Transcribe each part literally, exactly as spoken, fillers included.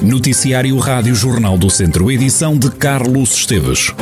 Noticiário Rádio Jornal do Centro, edição de Carlos Esteves.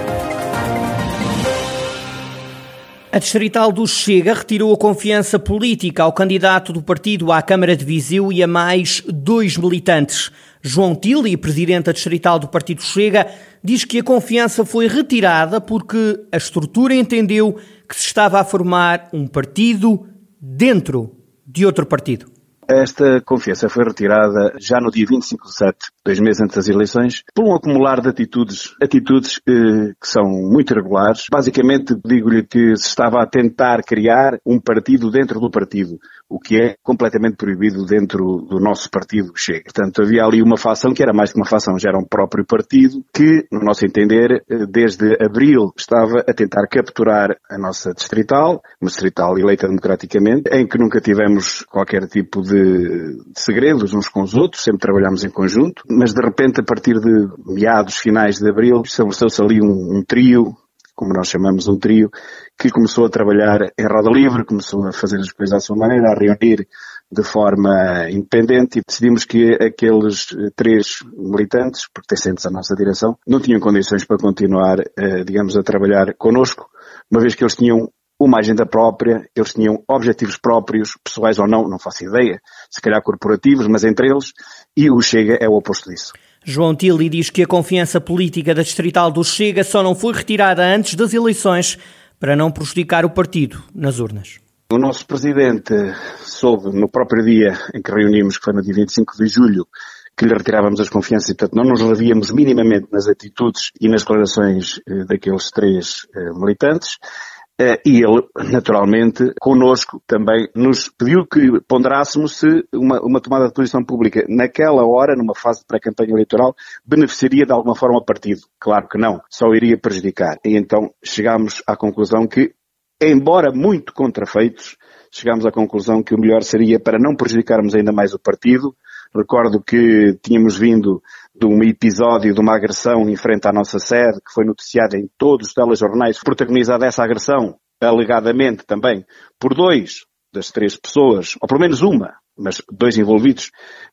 A distrital do Chega retirou a confiança política ao candidato do partido à Câmara de Viseu e a mais dois militantes. João Tili, presidente da distrital do partido Chega, diz que a confiança foi retirada porque a estrutura entendeu que se estava a formar um partido dentro de outro partido. Esta confiança foi retirada já no dia vinte e cinco de setembro, dois meses antes das eleições, por um acumular de atitudes, atitudes eh, que são muito irregulares. Basicamente, digo-lhe que se estava a tentar criar um partido dentro do partido, o que é completamente proibido dentro do nosso partido Chega. Portanto, havia ali uma facção que era mais que uma facção, já era um próprio partido, que, no nosso entender, desde abril estava a tentar capturar a nossa distrital, uma distrital eleita democraticamente, em que nunca tivemos qualquer tipo de De, de segredos uns com os outros, sempre trabalhámos em conjunto, mas de repente a partir de meados, finais de abril, estabeleceu-se ali um, um trio, como nós chamamos um trio, que começou a trabalhar em roda livre, começou a fazer as coisas à sua maneira, a reunir de forma independente, e decidimos que aqueles três militantes, pertencentes à nossa direção, não tinham condições para continuar, eh, digamos, a trabalhar connosco, uma vez que eles tinham uma agenda própria, eles tinham objetivos próprios, pessoais ou não, não faço ideia, se calhar corporativos, mas entre eles, e o Chega é o oposto disso. João Tili diz que a confiança política da distrital do Chega só não foi retirada antes das eleições para não prejudicar o partido nas urnas. O nosso presidente soube no próprio dia em que reunimos, que foi no dia vinte e cinco de julho, que lhe retirávamos as confianças e, portanto, não nos revíamos minimamente nas atitudes e nas declarações eh, daqueles três eh, militantes. Uh, e ele, naturalmente, connosco também nos pediu que ponderássemos se uma, uma tomada de posição pública naquela hora, numa fase de pré-campanha eleitoral, beneficiaria de alguma forma o partido. Claro que não, só iria prejudicar. E então chegámos à conclusão que, embora muito contrafeitos, chegámos à conclusão que o melhor seria, para não prejudicarmos ainda mais o partido. Recordo que tínhamos vindo de um episódio de uma agressão em frente à nossa sede, que foi noticiada em todos os telejornais, protagonizada essa agressão, alegadamente também, por dois das três pessoas, ou pelo menos uma, mas dois envolvidos,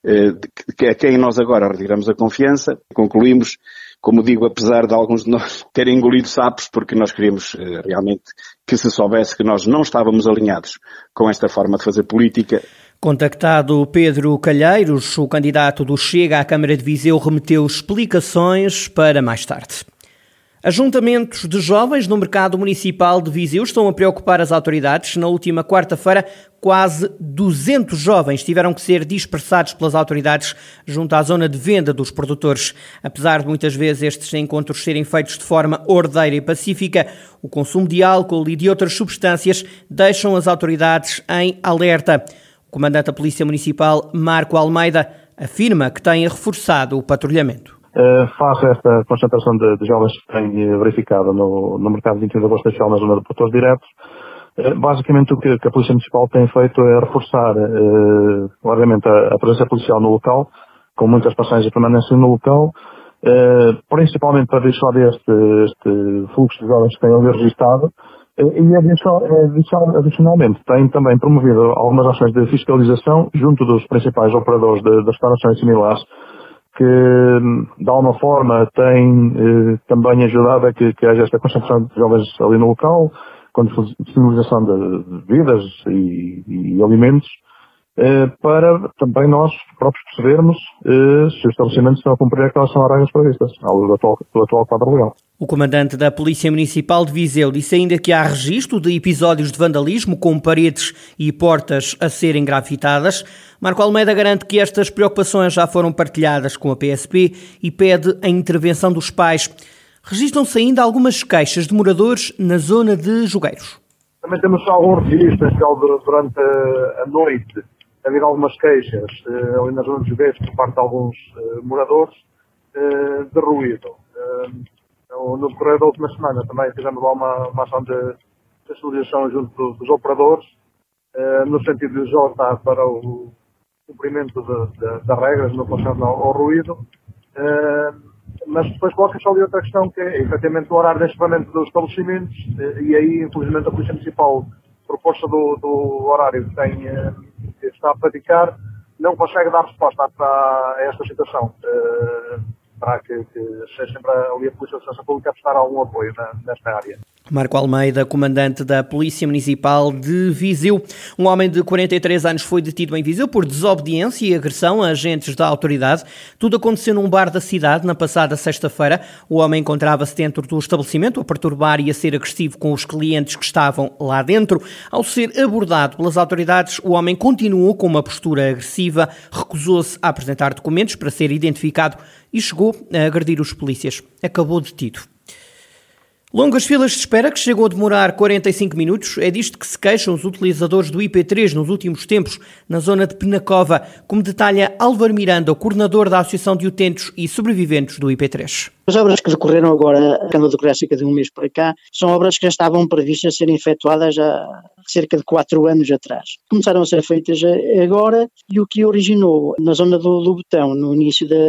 eh, a quem nós agora retiramos a confiança. Concluímos, como digo, apesar de alguns de nós terem engolido sapos, porque nós queríamos eh, realmente que se soubesse que nós não estávamos alinhados com esta forma de fazer política. Contactado Pedro Calheiros, o candidato do Chega à Câmara de Viseu, remeteu explicações para mais tarde. Ajuntamentos de jovens no mercado municipal de Viseu estão a preocupar as autoridades. Na última quarta-feira, quase duzentos jovens tiveram que ser dispersados pelas autoridades junto à zona de venda dos produtores. Apesar de muitas vezes estes encontros serem feitos de forma ordeira e pacífica, o consumo de álcool e de outras substâncias deixam as autoridades em alerta. O comandante da Polícia Municipal, Marco Almeida, afirma que tem reforçado o patrulhamento. Uh, face a esta concentração de, de jovens que tem verificado no, no mercado vinte e um de agosto na zona de produtores diretos, uh, basicamente o que, que a Polícia Municipal tem feito é reforçar, uh, obviamente, a, a presença policial no local, com muitas passagens de permanência no local, uh, principalmente para dissuadir este, este fluxo de jovens que têm ali registado. E, adicionalmente, tem também promovido algumas ações de fiscalização junto dos principais operadores de, das restaurações similares, que, de alguma forma, têm eh, também ajudado a que, que haja esta concentração de jovens ali no local, com disponibilização de bebidas e, e alimentos, eh, para também nós próprios percebermos eh, se os estabelecimentos estão a cumprir aquelas são as regras previstas, do atual, do atual quadro legal. O comandante da Polícia Municipal de Viseu disse ainda que há registro de episódios de vandalismo com paredes e portas a serem grafitadas. Marco Almeida garante que estas preocupações já foram partilhadas com a P S P e pede a intervenção dos pais. Registram-se ainda algumas queixas de moradores na zona de Jogueiros. Também temos algum registro, durante a noite, haver algumas queixas ali na zona de Jogueiros por parte de alguns moradores de ruído. No decorrer da última semana também fizemos lá uma, uma ação de sensibilização junto dos operadores, eh, no sentido de os alertar para o cumprimento das regras no relação ao, ao ruído. Eh, mas depois coloca-se ali outra questão, que é efetivamente o horário de encerramento dos estabelecimentos, eh, e aí, infelizmente, a Polícia Municipal, por força do, do horário que, tem, eh, que está a praticar, não consegue dar resposta a, a esta situação. Uh, para que, que seja sempre ali a Polícia de Segurança Pública a prestar algum apoio na, nesta área. Marco Almeida, comandante da Polícia Municipal de Viseu. Um homem de quarenta e três anos foi detido em Viseu por desobediência e agressão a agentes da autoridade. Tudo aconteceu num bar da cidade na passada sexta-feira. O homem encontrava-se dentro do estabelecimento a perturbar e a ser agressivo com os clientes que estavam lá dentro. Ao ser abordado pelas autoridades, o homem continuou com uma postura agressiva, recusou-se a apresentar documentos para ser identificado e chegou a agredir os polícias. Acabou detido. Longas filas de espera que chegam a demorar quarenta e cinco minutos. É disto que se queixam os utilizadores do I P três nos últimos tempos, na zona de Penacova, como detalha Álvaro Miranda, o coordenador da Associação de Utentes e Sobreviventes do I P três. As obras que decorreram agora, que andam a decorrer cerca de um mês para cá, são obras que já estavam previstas a serem efetuadas há cerca de quatro anos atrás. Começaram a ser feitas agora e o que originou na zona do, do Botão, no início da...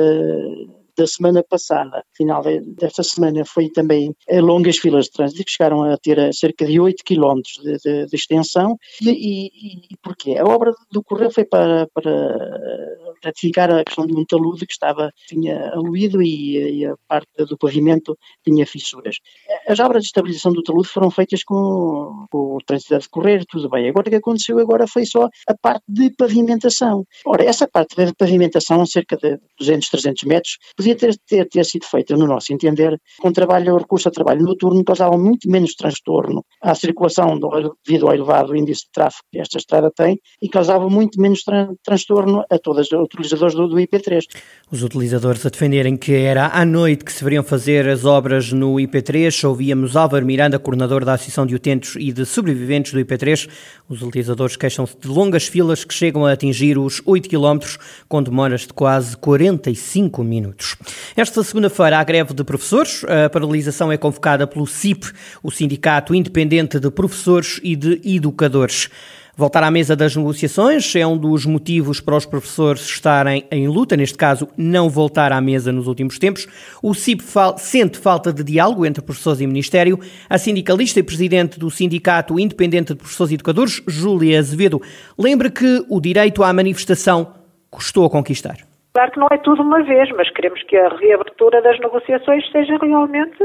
da semana passada, final desta semana, foi também longas filas de trânsito que chegaram a ter cerca de oito quilómetros de, de, de extensão. E, e, e porquê? A obra do Correio foi para, para ratificar a questão de um talude que estava, tinha aluído e, e a parte do pavimento tinha fissuras. As obras de estabilização do talude foram feitas com, com o trânsito a decorrer, tudo bem. Agora o que aconteceu agora foi só a parte de pavimentação. Ora, essa parte de pavimentação, cerca de duzentos, trezentos metros, podia ter, ter, ter sido feita, no nosso entender, com trabalho, recurso a trabalho noturno, causava muito menos transtorno à circulação do, devido ao elevado índice de tráfego que esta estrada tem e causava muito menos tran, transtorno a todos os utilizadores do, do I P três. Os utilizadores a defenderem que era à noite que se deveriam fazer as obras no I P três. Ouvíamos Álvaro Miranda, coordenador da Associação de Utentes e de Sobreviventes do I P três. Os utilizadores queixam-se de longas filas que chegam a atingir os oito quilómetros, com demoras de quase quarenta e cinco minutos. Esta segunda-feira há greve de professores. A paralisação é convocada pelo S I P, o Sindicato Independente de Professores e de Educadores. Voltar à mesa das negociações é um dos motivos para os professores estarem em luta, neste caso, não voltar à mesa nos últimos tempos. O S I P fal- sente falta de diálogo entre professores e Ministério. A sindicalista e presidente do Sindicato Independente de Professores e Educadores, Júlia Azevedo, lembra que o direito à manifestação custou a conquistar. Claro que não é tudo uma vez, mas queremos que a reabertura das negociações seja realmente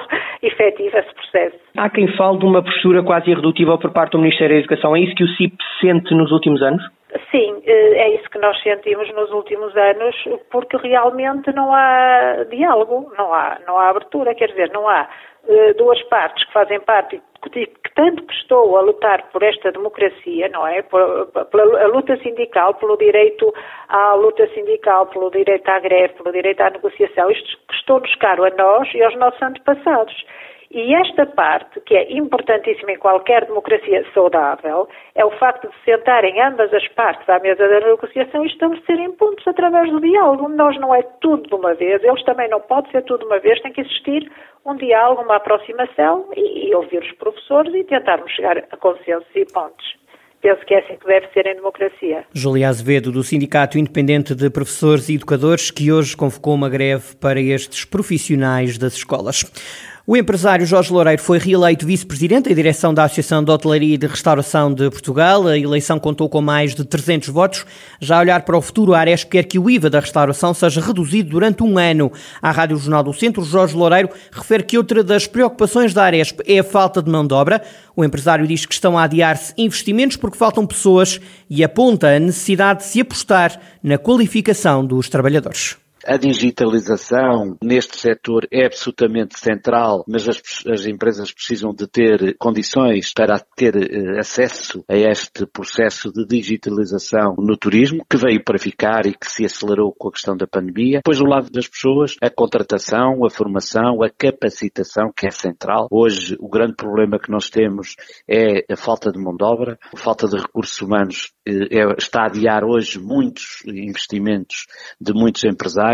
efetiva esse processo. Há quem fale de uma postura quase irredutível por parte do Ministério da Educação. É isso que o S I P sente nos últimos anos? Sim, é isso que nós sentimos nos últimos anos, porque realmente não há diálogo, não há, não há abertura, quer dizer, não há uh, duas partes que fazem parte, que, que tanto que estou a lutar por esta democracia, não é? Por, pela a luta sindical, pelo direito à luta sindical, pelo direito à greve, pelo direito à negociação, isto custou-nos caro a nós e aos nossos antepassados. E esta parte, que é importantíssima em qualquer democracia saudável, é o facto de sentarem ambas as partes à mesa da negociação e estabelecerem pontos através do diálogo. Nós não é tudo de uma vez, eles também não pode ser tudo de uma vez, tem que existir um diálogo, uma aproximação e, e ouvir os professores e tentarmos chegar a consensos e pontos. Penso que é assim que deve ser em democracia. Júlia Azevedo, do Sindicato Independente de Professores e Educadores, que hoje convocou uma greve para estes profissionais das escolas. O empresário Jorge Loureiro foi reeleito vice-presidente da direção da Associação de Hotelaria e de Restauração de Portugal. A eleição contou com mais de trezentos votos. Já a olhar para o futuro, a Aresp quer que o I V A da restauração seja reduzido durante um ano. À Rádio Jornal do Centro, Jorge Loureiro refere que outra das preocupações da Aresp é a falta de mão de obra. O empresário diz que estão a adiar-se investimentos porque faltam pessoas e aponta a necessidade de se apostar na qualificação dos trabalhadores. A digitalização neste setor é absolutamente central, mas as, as empresas precisam de ter condições para ter eh, acesso a este processo de digitalização no turismo, que veio para ficar e que se acelerou com a questão da pandemia. Depois, do lado das pessoas, a contratação, a formação, a capacitação, que é central. Hoje, o grande problema que nós temos é a falta de mão de obra, a falta de recursos humanos eh, é, está a adiar hoje muitos investimentos de muitos empresários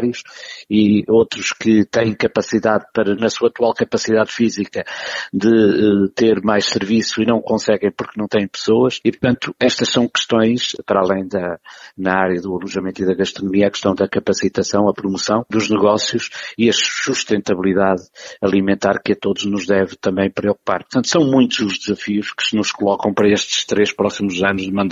e outros que têm capacidade para, na sua atual capacidade física, de uh, ter mais serviço e não conseguem porque não têm pessoas. E, portanto, estas são questões, para além da, na área do alojamento e da gastronomia, a questão da capacitação, a promoção dos negócios e a sustentabilidade alimentar que a todos nos deve também preocupar. Portanto, são muitos os desafios que se nos colocam para estes três próximos anos de mandato.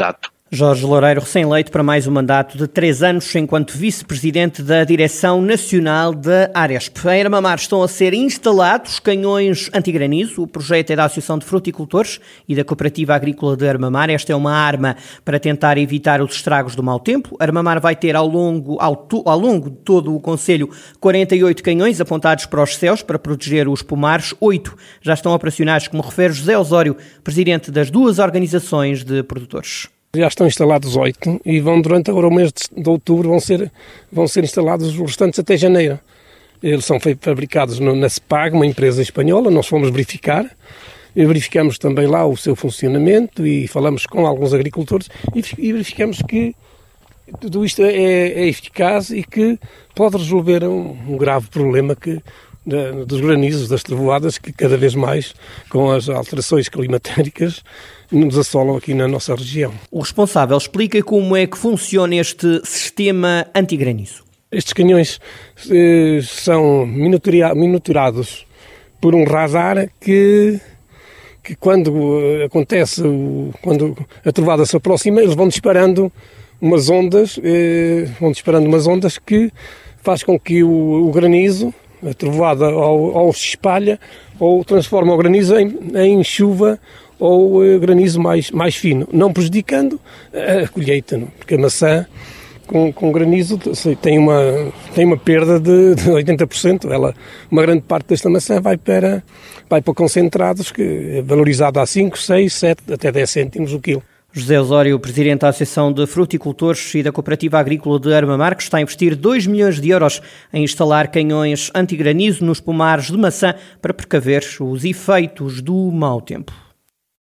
Jorge Loureiro, recém-eleito para mais um mandato de três anos enquanto vice-presidente da Direção Nacional da Aresp. Em Armamar estão a ser instalados canhões antigranizo. O projeto é da Associação de Fruticultores e da Cooperativa Agrícola de Armamar. Esta é uma arma para tentar evitar os estragos do mau tempo. Armamar vai ter ao longo, ao, to, ao longo de todo o concelho quarenta e oito canhões apontados para os céus para proteger os pomares. Oito já estão operacionais, como refere José Osório, presidente das duas organizações de produtores. Já estão instalados oito e vão durante agora o mês de outubro vão ser, vão ser instalados os restantes até janeiro. Eles são fabricados na CEPAG, uma empresa espanhola. Nós fomos verificar e verificamos também lá o seu funcionamento e falamos com alguns agricultores e verificamos que tudo isto é, é eficaz e que pode resolver um, um grave problema que dos granizos, das trovoadas, que cada vez mais, com as alterações climatéricas, nos assolam aqui na nossa região. O responsável explica como é que funciona este sistema antigranizo. Estes canhões eh, são monitorados por um radar que, que quando acontece, quando a trovada se aproxima, eles vão disparando umas ondas, eh, vão disparando umas ondas que faz com que o, o granizo, a trovoada ou, ou se espalha ou transforma o granizo em, em chuva ou uh, granizo mais, mais fino, não prejudicando a colheita, não? Porque a maçã com, com granizo tem uma, tem uma perda de, de oitenta por cento. Ela, uma grande parte desta maçã vai para, vai para concentrados, que é valorizado a cinco, seis, sete, até dez cêntimos o quilo. José Osório, presidente da Associação de Fruticultores e da Cooperativa Agrícola de Armamar, que está a investir dois milhões de euros em instalar canhões antigranizo nos pomares de maçã para precaver os efeitos do mau tempo.